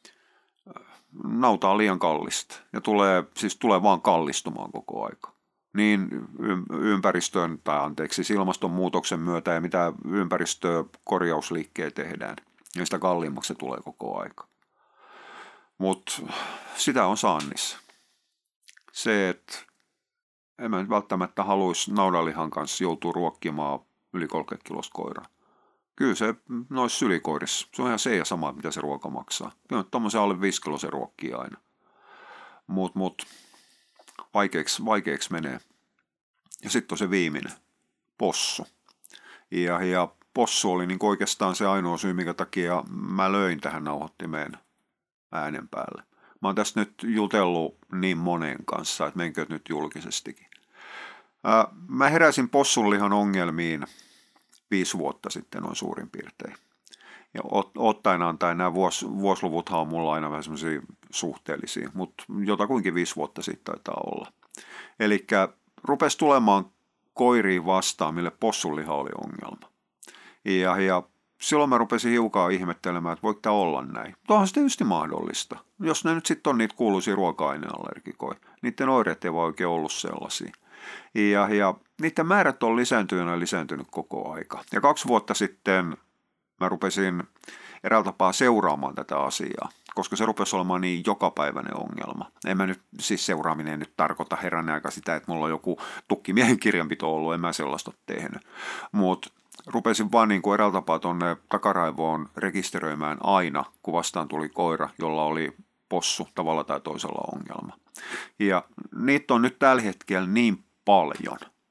nauta on liian kallista ja tulee vaan kallistumaan koko aika. Niin ympäristön siis ilmastonmuutoksen myötä ja mitä ympäristökorjausliikkeet tehdään, niin sitä kalliimmaksi se tulee koko aika. Mutta sitä on saannissa. Se, että en mä nyt välttämättä haluaisi naudanlihan kanssa joutua ruokkimaan yli 30 kilosta koiraa. Kyllä se noissa sylikoirissa, se on ihan se ja sama, mitä se ruoka maksaa. Kyllä tommoisen alle 5 kiloa se ruokkii aina. Mut vaikeaksi menee. Ja sitten on se viimeinen, possu. Ja possu oli niin oikeastaan se ainoa syy, minkä takia mä löin tähän nauhoittimeen äänen päälle. Mä oon tässä nyt jutellut niin monen kanssa, että menkö nyt julkisestikin. Mä heräsin possunlihan ongelmiin 5 vuotta sitten noin suurin piirtein. Ja ottaen antaen nämä vuosiluvuthan on mulla aina vähän semmoisia suhteellisia, mutta jotakuinkin 5 vuotta sitten taitaa olla. Eli rupesi tulemaan koiriin vastaan, mille possunliha oli ongelma. Ja silloin mä rupesin hiukan ihmettelemään, että voiko tämä olla näin. Onhan se tietysti mahdollista. Jos ne nyt sitten on niitä kuuluisia ruoka-aineallergikoja, niiden oireet ei vaan oikein ollut sellaisia. Ja niiden määrät on lisääntynyt koko aika. Ja 2 vuotta sitten mä rupesin eräällä tapaa seuraamaan tätä asiaa, koska se rupesi olemaan niin jokapäiväinen ongelma. En mä nyt, siis seuraaminen nyt tarkoita herran aika sitä, että mulla on joku tukkimiehen kirjanpito ollut, en mä sellaista ole tehnyt. Mutta rupesin vaan niin kuin eräällä tapaa tuonne takaraivoon rekisteröimään aina, kun vastaan tuli koira, jolla oli possu tavalla tai toisella ongelma. Ja niitä on nyt tällä hetkellä niin paljon,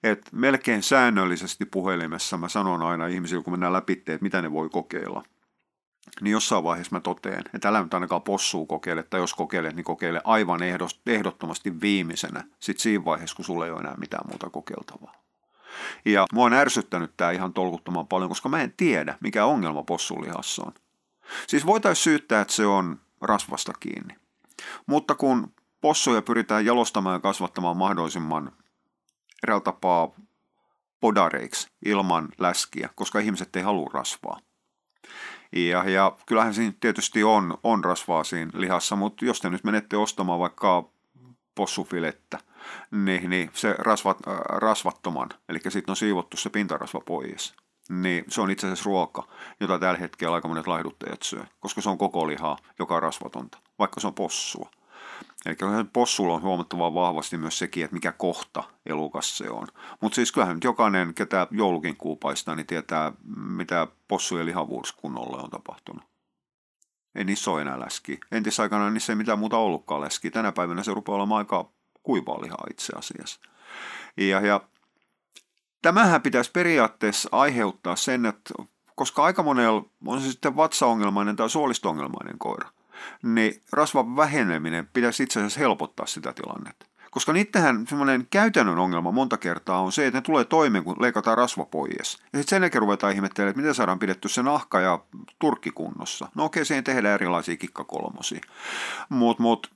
että melkein säännöllisesti puhelimessa mä sanon aina ihmisille, kun mennään läpi, että mitä ne voi kokeilla. Niin jossain vaiheessa mä totean, että älä nyt ainakaan possua kokeile, tai jos kokeilet, niin kokeile aivan ehdottomasti viimeisenä, sitten siinä vaiheessa, kun sulla ei ole enää mitään muuta kokeiltavaa. Ja mua on ärsyttänyt tämä ihan tolkuttoman paljon, koska mä en tiedä, mikä ongelma possunlihassa on. Siis voitaisiin syyttää, että se on rasvasta kiinni. Mutta kun possuja pyritään jalostamaan ja kasvattamaan mahdollisimman eräällä tapaa podareiksi ilman läskiä, koska ihmiset ei halua rasvaa. Ja kyllähän siinä tietysti on rasvaa siinä lihassa, mutta jos te nyt menette ostamaan vaikka possufilettä, niin se rasvattoman, eli siitä on siivottu se pintarasva pois, niin se on itse asiassa ruoka, jota tällä hetkellä aika monet laihduttajat syö, koska se on koko lihaa, joka on rasvatonta, vaikka se on possua. Eli possulla on huomattavan vahvasti myös sekin, että mikä kohta elukas se on. Mutta siis kyllähän nyt jokainen, ketä joulukinkkuu paistaa, niin tietää, mitä possujen lihavuudessa kunnolla on tapahtunut. Ei niissä ole enää läskiä. Entisaikana niissä ei mitään muuta ollutkaan läskiä. Tänä päivänä se rupeaa olemaan aika kuivaa lihaa itse asiassa. Ja tämähän pitäisi periaatteessa aiheuttaa sen, että koska aika monella on se sitten vatsaongelmainen tai suolisto-ongelmainen koira, niin rasvan väheneminen pitäisi itse asiassa helpottaa sitä tilannetta. Koska niittenhän semmoinen käytännön ongelma monta kertaa on se, että ne tulee toimeen, kun leikataan rasva pois. Ja sitten sen jälkeen ruvetaan ihmettelemään, että miten saadaan pidetty se nahka ja turkki kunnossa. No okei, siihen tehdään erilaisia kikkakolmosia. Mutta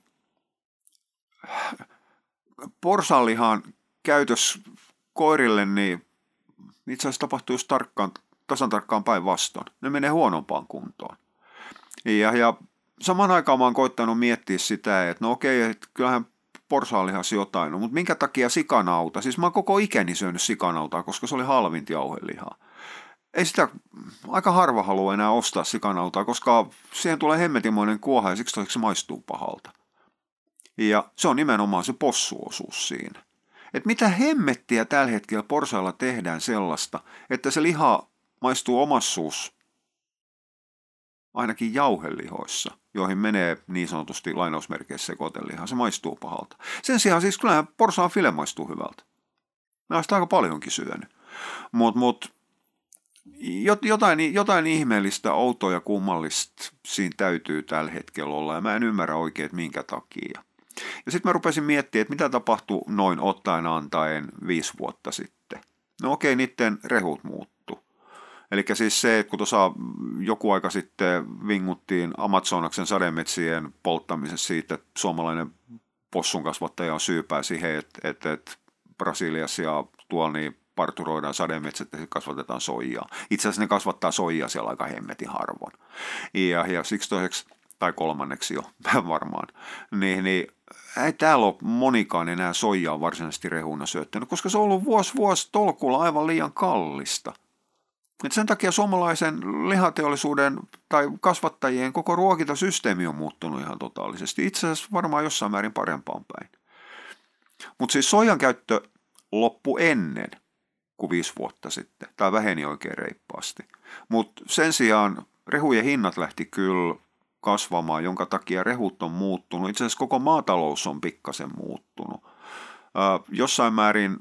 porsaanlihan käytös koirille, niin itse asiassa tapahtuu just tasan tarkkaan päinvastoin. Ne menee huonompaan kuntoon. Ja samaan aikaan mä oon koittanut miettiä sitä, että no okei, että kyllähän porsaanlihassa jotain on, mutta minkä takia sikanauta? Siis mä oon koko ikäni syönyt sikanautaa, koska se oli halvinta jauhelihaa. Ei sitä aika harva halua enää ostaa sikanautaa, koska siihen tulee hemmetimoinen kuoha ja siksi se maistuu pahalta. Ja se on nimenomaan se possuosuus siinä. Että mitä hemmettiä tällä hetkellä porsailla tehdään sellaista, että se liha maistuu omassuus ainakin jauhelihoissa, joihin menee niin sanotusti lainausmerkeissä sekoitelihaa. Se maistuu pahalta. Sen sijaan siis kyllähän porsaan file maistuu hyvältä. Mä oon sitä aika paljonkin syönyt. Mutta jotain ihmeellistä, outoa ja kummallista siinä täytyy tällä hetkellä olla. Ja mä en ymmärrä oikein, että minkä takia. Ja sitten mä rupesin miettimään, että mitä tapahtui noin ottaen antaen 5 vuotta sitten. No okei, niiden rehut muuttu. Eli siis se, että kun tuossa joku aika sitten vinguttiin Amazonaksen sademetsien polttamisessa siitä, että suomalainen possun kasvattaja on syypää siihen, että Brasiliassa ja tuolla niin parturoidaan sademetsät ja kasvatetaan soijaa. Itse asiassa ne kasvattaa soijaa siellä aika hemmetin harvoin. Ja siksi toiseksi, tai kolmanneksi jo varmaan, niin ei täällä ole monikaan enää soijaa varsinaisesti rehuna syöttänyt, koska se on ollut vuosi tolkulla aivan liian kallista. Et sen takia suomalaisen lihateollisuuden tai kasvattajien koko ruokintasysteemi on muuttunut ihan totaalisesti. Itse asiassa varmaan jossain määrin parempaan päin. Mutta siis soijan käyttö loppui ennen kuin 5 vuotta sitten, tai väheni oikein reippaasti. Mutta sen sijaan rehujen hinnat lähti kyllä kasvamaan, jonka takia rehut on muuttunut. Itse asiassa koko maatalous on pikkasen muuttunut. Jossain määrin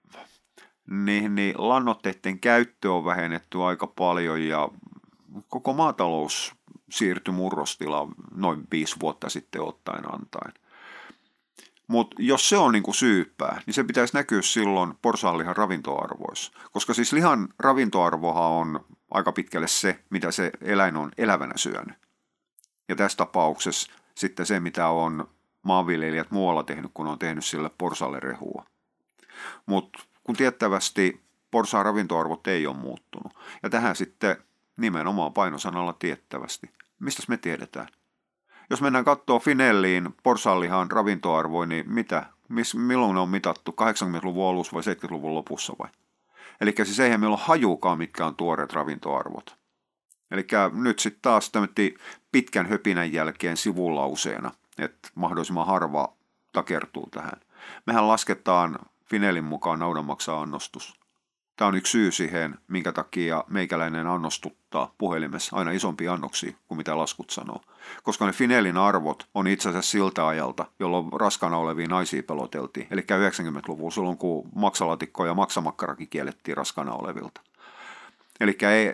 niin lannoitteiden käyttö on vähennetty aika paljon ja koko maatalous siirtyi murrostilaan noin 5 vuotta sitten ottaen antaen. Mutta jos se on niinku syypää, niin se pitäisi näkyä silloin porsaanlihan ravintoarvoissa. Koska siis lihan ravintoarvohan on aika pitkälle se, mitä se eläin on elävänä syönyt. Ja tässä tapauksessa sitten se, mitä on maanviljelijät muualla tehnyt, kun on tehnyt sille porsaalle rehua. Mutta kun tiettävästi porsaan ravintoarvot ei ole muuttunut. Ja tähän sitten nimenomaan painosanalla tiettävästi. Mistäs me tiedetään? Jos mennään katsoa Finelliin porsaanlihan ravintoarvoja, niin milloin ne on mitattu? 80-luvun alussa vai 70-luvun lopussa vai? Eli siis eihän meillä ole hajuukaan, mitkä on tuoreet ravintoarvot. Eli nyt sitten taas tämmöinen pitkän höpinän jälkeen sivulauseena, että mahdollisimman harva takertuu tähän. Mehän lasketaan Finellin mukaan naudanmaksa-annostus. Tämä on yksi syy siihen, minkä takia meikäläinen annostuttaa puhelimessa aina isompia annoksia kuin mitä laskut sanoo. Koska ne Finelin arvot on itse asiassa siltä ajalta, jolloin raskaana olevia naisia peloteltiin. Eli 90-luvulla, silloin kun maksalatikko ja maksamakkarakin kiellettiin raskaana olevilta. Eli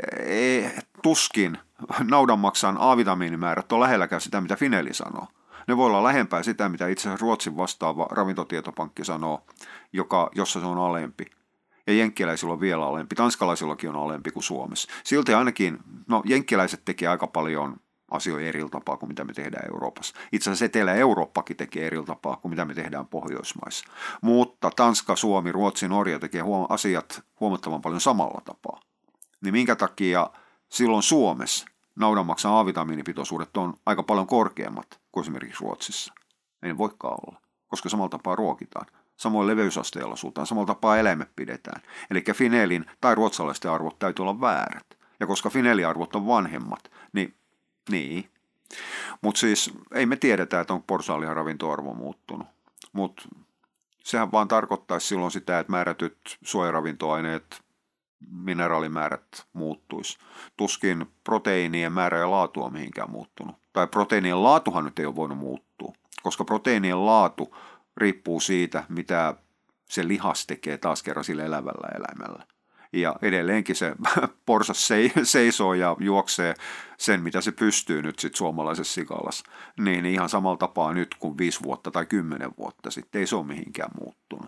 tuskin naudanmaksan A-vitamiinimäärät on lähelläkään sitä, mitä Fineli sanoo. Ne voi olla lähempää sitä, mitä itse asiassa Ruotsin vastaava ravintotietopankki sanoo, jossa se on alempi. Ja jenkkiläisillä on vielä alempi. Tanskalaisillakin on alempi kuin Suomessa. Silti ainakin, jenkkiläiset tekee aika paljon asioita eri tapaa kuin mitä me tehdään Euroopassa. Itse asiassa Etelä-Eurooppakin tekee eri tapaa kuin mitä me tehdään Pohjoismaissa. Mutta Tanska, Suomi, Ruotsi, Norja tekee asiat huomattavan paljon samalla tapaa. Niin minkä takia silloin Suomessa naudanmaksan A-vitamiinipitoisuudet on aika paljon korkeammat kuin esimerkiksi Ruotsissa? Ei ne voikaan olla, koska samalla tapaa ruokitaan. Samoin leveysasteella asutaan, samalla tapaa eläimet pidetään. Eli Finelin tai ruotsalaisten arvot täytyy olla väärät. Ja koska Fineli-arvot on vanhemmat, niin. Mutta siis ei me tiedetä, että on porsaanlihan ravintoarvo muuttunut. Mutta sehän vaan tarkoittaisi silloin sitä, että määrätyt suojaravintoaineet, mineraalimäärät muuttuisi. Tuskin proteiinien määrä ja laatu on mihinkään muuttunut. Tai proteiinien laatuhan nyt ei ole voinut muuttua, koska proteiinien laatu riippuu siitä, mitä se lihas tekee taas kerran sillä elävällä eläimellä. Ja edelleenkin se porsas seisoo ja juoksee sen, mitä se pystyy nyt sitten suomalaisessa sikalassa. Niin ihan samalla tapaa nyt kuin 5 vuotta tai 10 vuotta sitten. Ei se ole mihinkään muuttunut.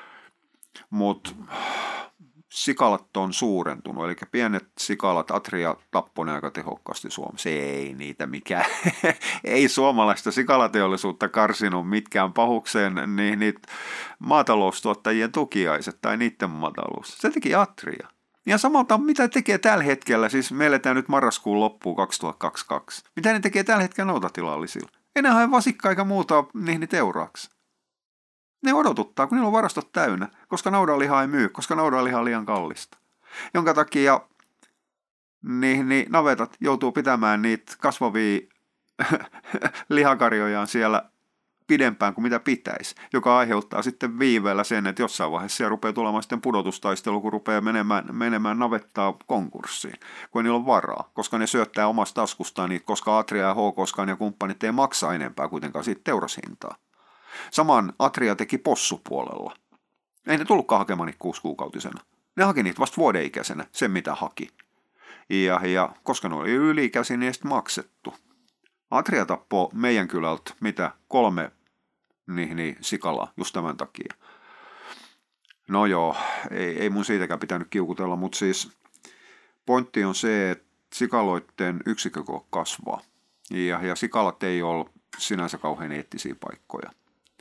Mutta sikalat on suurentunut, eli pienet sikalat, Atria tappoi ne aika tehokkaasti Suomessa. Ei niitä mikään, ei suomalaista sikalateollisuutta karsinut mitkään pahukseen, niin niitä maataloustuottajien tukiaiset tai niiden matalous. Se teki Atria. Ja samalta mitä tekee tällä hetkellä, siis me eletään nyt marraskuun loppuun 2022. Mitä ne tekee tällä hetkellä nautatilallisilla? Enää hae vasikkaa eikä muuta niihin teuraaksi. Ne odotuttaa, kun niillä on varastot täynnä, koska naudanliha ei myy, koska naudanliha on liian kallista. Jonka takia niin navetat joutuu pitämään niitä kasvavia lihakarjojaan siellä pidempään kuin mitä pitäisi, joka aiheuttaa sitten viiveellä sen, että jossain vaiheessa siellä rupeaa tulemaan sitten pudotustaistelu, kun rupeaa menemään navettaa konkurssiin, kun niillä on varaa, koska ne syöttää omasta taskustaan niitä, koska Atria ja HK ja kumppanit ei maksa enempää kuitenkaan siitä teurashintaa. Saman Atria teki possupuolella. Ei ne tullutkaan hakemaan niitä 6-kuukautisena. Ne haki niitä vasta vuodenikäisenä, sen mitä haki. Ja koska ne oli yli-ikäisiä, niin ei sitten maksettu. Atria tappoi meidän kylältä 3 sikalaa just tämän takia. No joo, ei mun siitäkään pitänyt kiukutella, mutta siis pointti on se, että sikaloiden yksikkökoko kasvaa. Ja sikalat ei ole sinänsä kauhean eettisiä paikkoja.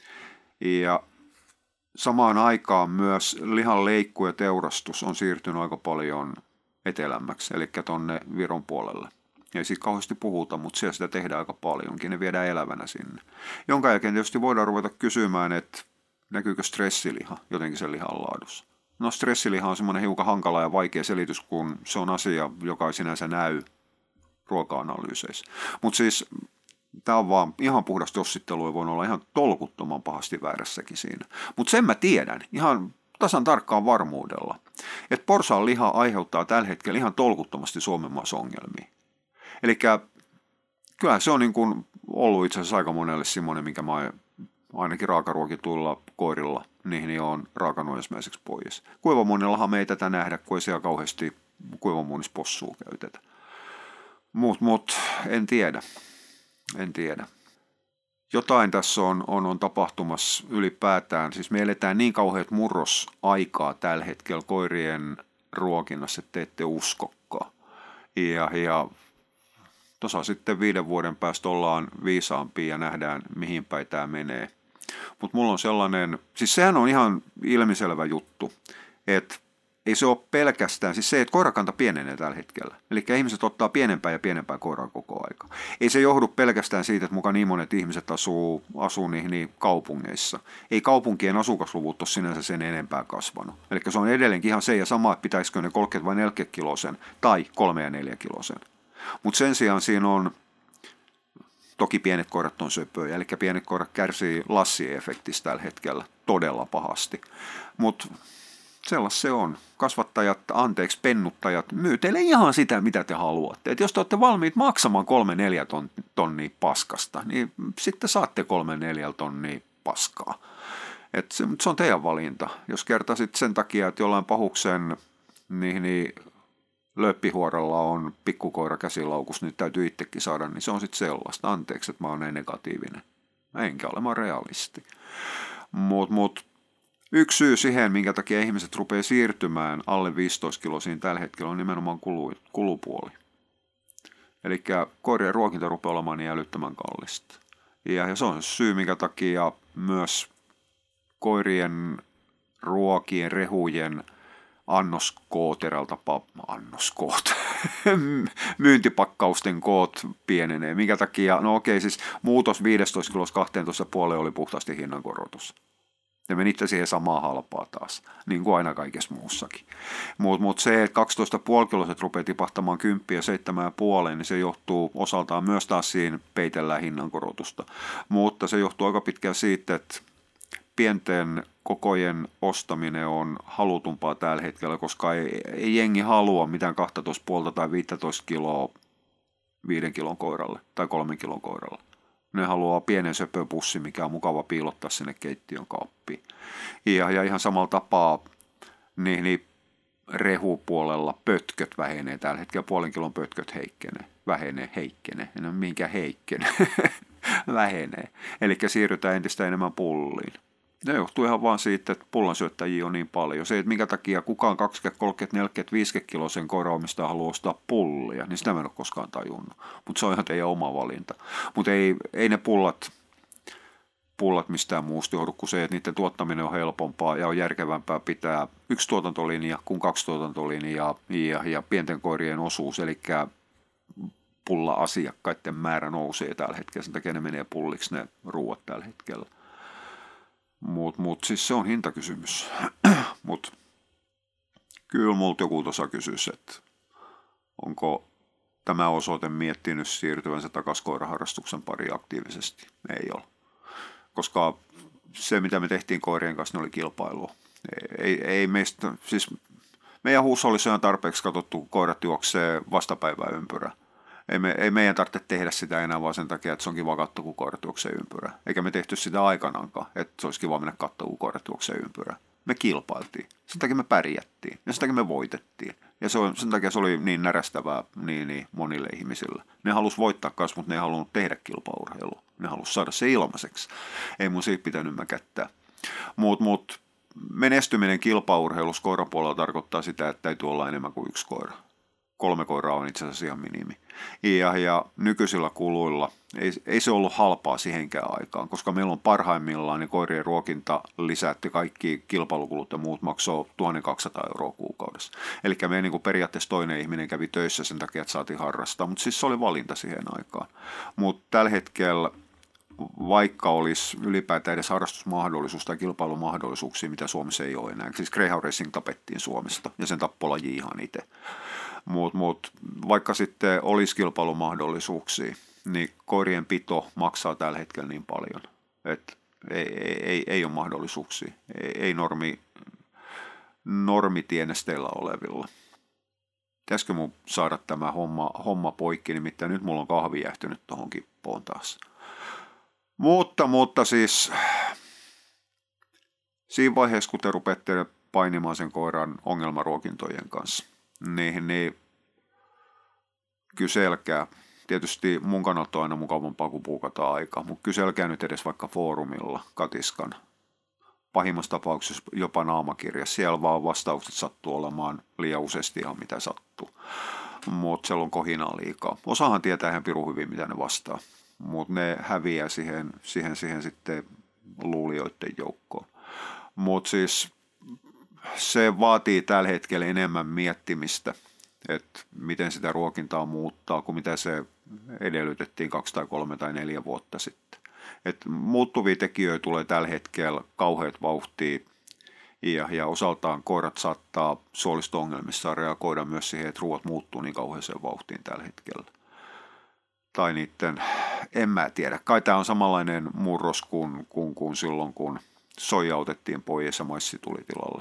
Ja samaan aikaan myös lihan leikku ja teurastus on siirtynyt aika paljon etelämmäksi, eli tonne Viron puolelle. Ei siitä kauheasti puhuta, mutta siellä sitä tehdään aika paljonkin, ne viedään elävänä sinne. Jonka jälkeen tietysti voidaan ruveta kysymään, että näkyykö stressiliha jotenkin sen lihan laadussa. No stressiliha on semmoinen hiukan hankala ja vaikea selitys, kun se on asia, joka ei sinänsä näy ruoka-analyyseissä. Mutta siis tämä on vaan ihan puhdasta jossittelua ja voi olla ihan tolkuttoman pahasti väärässäkin siinä. Mutta sen mä tiedän ihan tasan tarkkaan varmuudella, että porsaan liha aiheuttaa tällä hetkellä ihan tolkuttomasti Suomen maassa ongelmia. Eli kyllähän se on niin kuin ollut itse asiassa aika monelle semmoinen, minkä mä ainakin raakaruokituilla koirilla, niihin on raakanojasmäiseksi pois. Kuivamuonillahan me ei tätä nähdä, kun ei siellä kauheasti kuivamuonissa possua käytetä. Mut en tiedä. Jotain tässä on tapahtumassa ylipäätään. Siis me eletään niin kauheat murrosaikaa tällä hetkellä koirien ruokinnassa, että te ette uskokaan. Ja tuossa sitten 5 vuoden päästä ollaan viisaampia ja nähdään, mihin päin tämä menee. Mutta mulla on sellainen, siis sehän on ihan ilmiselvä juttu, että ei se ole pelkästään, siis se, että koirakanta pienenee tällä hetkellä. Eli ihmiset ottaa pienempää ja pienempää koiraa koko aika. Ei se johdu pelkästään siitä, että mukaan niin monet ihmiset asuu niin kaupungeissa. Ei kaupunkien asukasluvut ole sinänsä sen enempää kasvanut. Eli se on edelleenkin ihan se ja sama, että pitäisikö ne 30 vai 40 kilosen tai 3 ja 4 kilosen. Mutta sen sijaan siinä on, toki pienet koirat on söpöjä, eli pienet koirat kärsii lassiefektistä tällä hetkellä todella pahasti. Mutta Sellas se on. Kasvattajat, pennuttajat, myy teille ihan sitä, mitä te haluatte. Et jos te olette valmiit maksamaan 3-4 tonnia paskasta, niin sitten saatte 3-4 tonnia paskaa. Et se on teidän valinta. Jos kertaisit sen takia, että jollain pahuksen niin löppihuorella on pikkukoira käsilaukussa, niin täytyy itsekin saada, niin se on sitten sellaista. Anteeksi, että mä oon näin negatiivinen. Enkä ole, mä oon realisti. Mut yksi syy siihen, minkä takia ihmiset rupeaa siirtymään alle 15 kilosiin tällä hetkellä, on nimenomaan kulupuoli. Eli koirien ruokinta rupeaa olemaan niin älyttömän kallista. Ja se on se syy, minkä takia myös koirien ruokien, rehujen myyntipakkausten koot pienenee. Minkä takia, no okei, siis muutos 15 kilosta 12,5 oli puhtaasti hinnankorotus. Ja menitte siihen samaa halpaa taas, niin kuin aina kaikessa muussakin. Mutta se, että 12,5-kiloset rupeaa tipahtamaan 10 ja 7,5, niin se johtuu osaltaan myös taas siinä peitellään hinnankorotusta. Mutta se johtuu aika pitkään siitä, että pienten kokojen ostaminen on halutumpaa tällä hetkellä, koska ei jengi halua mitään 12,5 tai 15 kiloa 5 kilon koiralle tai 3 kilon koiralle. Ne haluaa pienen söpöpussin, mikä on mukava piilottaa sinne keittiön kaappiin. Ja ihan samalla tapaa niin rehupuolella pötköt vähenee. Tällä hetkellä 0,5 kilon pötköt heikkenee. No minkä heikkenee? Vähenee. Eli siirrytään entistä enemmän pulliin. Ne johtuu ihan vaan siitä, että pullansyöttäjiä on niin paljon. Se, että minkä takia kukaan 20, 30, 40, 50 kilosen koiraomistaja haluaa ostaa pullia, niin sitä mä en ole koskaan tajunnut. Mutta se on ihan teidän oma valinta. Mutta ei ne pullat mistään muusta johdu kuin se, että niiden tuottaminen on helpompaa ja on järkevämpää pitää 1 tuotantolinja kuin 2 tuotantolinjaa ja pienten koirien osuus, eli pulla-asiakkaiden määrä nousee tällä hetkellä. Sen takia ne menee pulliksi ne ruuat tällä hetkellä. Mut siis se on hintakysymys. Mut kyllä multa joku tuossa kysyisi, että onko tämä osoite miettinyt siirtyvänsä takaisin koiraharrastuksen pariin aktiivisesti. Ei ole. Koska se, mitä me tehtiin koirien kanssa, ne oli kilpailua. Ei meistä, siis meidän huushollissa on tarpeeksi katsottu, kun koirat juoksee vastapäivää ympyrää. Ei meidän tarvitse tehdä sitä enää vaan sen takia, että se on kiva katsoa, kun koirat juoksee ympyrää. Eikä me tehty sitä aikanaankaan, että se olisi kiva mennä katsoa, kun koirat juoksee ympyrää. Me kilpailtiin. Sen takia me pärjättiin. Ja sen takia me voitettiin. Ja sen takia se oli niin närästävää niin monille ihmisille. Ne halusi voittaa kanssa, mutta ne ei halunnut tehdä kilpaurheilua. Ne halusi saada se ilmaiseksi. Ei mun siitä pitänyt mäkättää. Mut menestyminen kilpaurheilussa koirapuolella tarkoittaa sitä, että täytyy olla enemmän kuin 1 koira. 3 koiraa on itse asiassa ihan minimi. Ja nykyisillä kuluilla ei se ollut halpaa siihenkään aikaan, koska meillä on parhaimmillaan niin koirien ruokinta lisät ja kaikki kilpailukulut ja muut maksoi 1 200 € kuukaudessa. Eli me niin kuin periaatteessa toinen ihminen kävi töissä sen takia, että saatiin harrastaa, mutta siis se oli valinta siihen aikaan. Mutta tällä hetkellä, vaikka olisi ylipäätään edes harrastusmahdollisuus tai kilpailumahdollisuuksia, mitä Suomessa ei ole enää. Siis Greyhound Racing tapettiin Suomesta ja sen tappoi laji ihan itse. Mut vaikka sitten olisi kilpailumahdollisuuksia, niin koirien pito maksaa tällä hetkellä niin paljon, että ei ole mahdollisuuksia. Ei normitienesteillä olevilla. Pitäisikö mun saada tämä homma poikki, nimittäin nyt mulla on kahvi jähtynyt tuohon kippoon taas. Mutta siis siinä vaiheessa, kun te rupeatte painimaan sen koiran ongelmaruokintojen kanssa, niin kyselkää. Tietysti mun kannalta on aina mukavampaa, kun puukataan aikaa, mutta kyselkää nyt edes vaikka foorumilla Katiskan. Pahimmassa tapauksessa jopa naamakirjassa. Siellä vaan vastaukset sattuu olemaan liian useasti ihan mitä sattuu. Mutta siellä on kohinaa liikaa. Osahan tietää ihan pirun hyvin, mitä ne vastaa. Mutta ne häviää siihen sitten luulijoiden joukkoon. Mutta siis se vaatii tällä hetkellä enemmän miettimistä, että miten sitä ruokintaa muuttaa, kuin mitä se edellytettiin 2 tai 3 tai 4 vuotta sitten. Et muuttuvia tekijöitä tulee tällä hetkellä kauheat vauhtia, ja osaltaan koirat saattaa suolisto-ongelmissaan reagoida myös siihen, että ruoat muuttuu niin kauheeseen vauhtiin tällä hetkellä. Tai niiden, en mä tiedä, kai tämä on samanlainen murros kuin silloin, kun soija otettiin pois ja maissi tuli tilalle.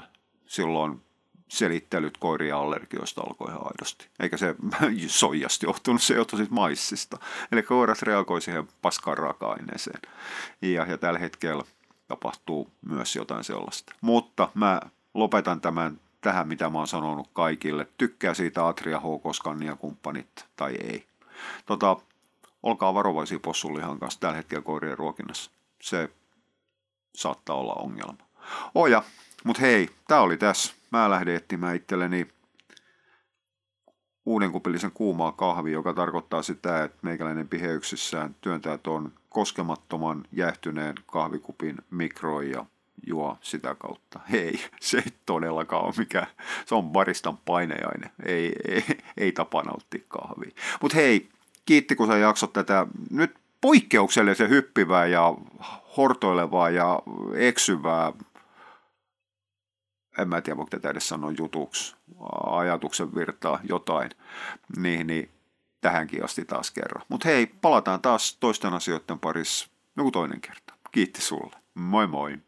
silloin selittelyt koirien allergioista alkoi ihan aidosti. Eikä se soijasta johtunut, se johtui siis maissista. Eli koirat reagoi siihen paskaan raaka-aineeseen. Ja tällä hetkellä tapahtuu myös jotain sellaista. Mutta mä lopetan tämän tähän, mitä mä oon sanonut kaikille. Tykkää siitä Atria, HK-skannia kumppanit tai ei. Olkaa varovaisia possunlihan kanssa tällä hetkellä koirien ruokinnassa. Se saattaa olla ongelma. Mutta hei, tää oli tässä. Mä lähdin etsimään itselleni uudenkupillisen kuumaa kahvia, joka tarkoittaa sitä, että meikäläinen piheyksissään työntää tuon koskemattoman jäähtyneen kahvikupin mikroon ja juo sitä kautta. Hei, se ei todellakaan ole mikään, se on baristan paineaine, ei tapa nauttia kahvia. Mutta hei, kiitti kun sä jaksot tätä nyt poikkeuksellisen hyppivää ja hortoilevaa ja eksyvää, en mä tiedä, voiko tätä edes sanoa jutuksi, ajatuksen virtaa, jotain, niin tähänkin asti taas kerran. Mutta hei, palataan taas toisten asioiden parissa joku toinen kerta. Kiitti sulle. Moi moi.